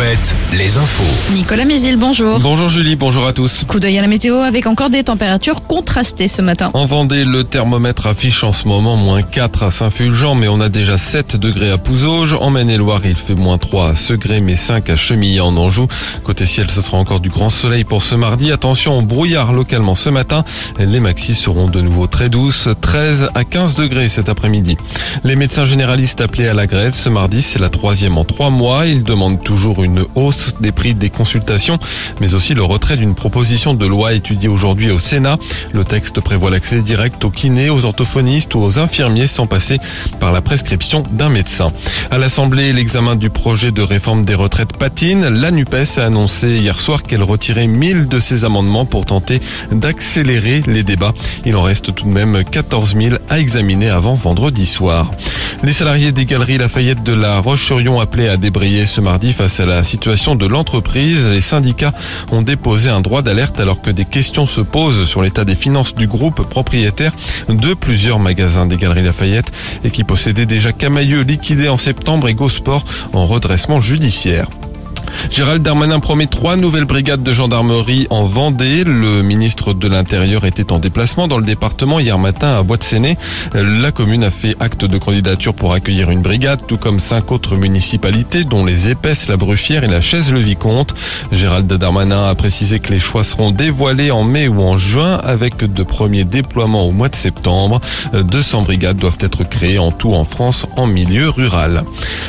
Alouette, les infos. Nicolas Mézil, bonjour. Bonjour Julie, bonjour à tous. Coup d'œil à la météo avec encore des températures contrastées ce matin. En Vendée, le thermomètre affiche en ce moment -4 à Saint-Fulgent, mais on a déjà 7 degrés à Pouzauges. En Maine-et-Loire, il fait -3 à Segré, mais 5 à Chemillé en Anjou. Côté ciel, ce sera encore du grand soleil pour ce mardi. Attention au brouillard localement ce matin. Les maxis seront de nouveau très douces, 13 à 15 degrés cet après-midi. Les médecins généralistes appelés à la grève ce mardi, c'est la 3e en 3 mois. Ils demandent toujours une hausse des prix des consultations, mais aussi le retrait d'une proposition de loi étudiée aujourd'hui au Sénat. Le texte prévoit l'accès direct aux kinés, aux orthophonistes ou aux infirmiers sans passer par la prescription d'un médecin. À l'Assemblée, l'examen du projet de réforme des retraites patine. La NUPES a annoncé hier soir qu'elle retirait 1000 de ses amendements pour tenter d'accélérer les débats. Il en reste tout de même 14 000 à examiner avant vendredi soir. Les salariés des Galeries Lafayette de La Roche-sur-Yon appelés à débrayer ce mardi face à la situation de l'entreprise. Les syndicats ont déposé un droit d'alerte alors que des questions se posent sur l'état des finances du groupe propriétaire de plusieurs magasins des Galeries Lafayette et qui possédait déjà Camaïeu liquidé en septembre et Gosport en redressement judiciaire. Gérald Darmanin promet 3 nouvelles brigades de gendarmerie en Vendée. Le ministre de l'Intérieur était en déplacement dans le département hier matin à Bois-de-Séné. La commune a fait acte de candidature pour accueillir une brigade, tout comme 5 autres municipalités, dont les Épaisses, la Bruffière et la Chaise-le-Vicomte. Gérald Darmanin a précisé que les choix seront dévoilés en mai ou en juin, avec de premiers déploiements au mois de septembre. 200 brigades doivent être créées en tout en France en milieu rural.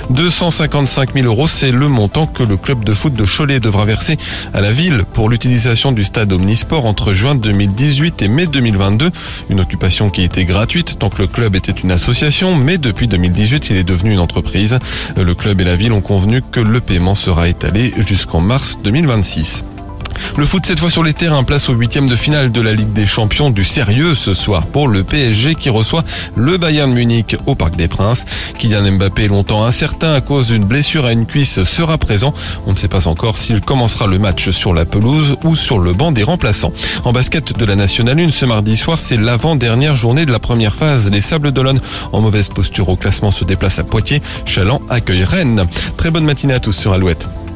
255 000 €, c'est le montant que le club de foot de Cholet devra verser à la ville pour l'utilisation du stade Omnisport entre juin 2018 et mai 2022. Une occupation qui était gratuite tant que le club était une association, mais depuis 2018, il est devenu une entreprise. Le club et la ville ont convenu que le paiement sera étalé jusqu'en mars 2026. Le foot cette fois sur les terrains, place au 8e de finale de la Ligue des Champions du sérieux ce soir pour le PSG qui reçoit le Bayern Munich au Parc des Princes. Kylian Mbappé, longtemps incertain à cause d'une blessure à une cuisse, sera présent. On ne sait pas encore s'il commencera le match sur la pelouse ou sur le banc des remplaçants. En basket de la Nationale 1 ce mardi soir, c'est l'avant-dernière journée de la première phase. Les Sables d'Olonne en mauvaise posture au classement se déplacent à Poitiers. Challans accueille Rennes. Très bonne matinée à tous sur Alouette.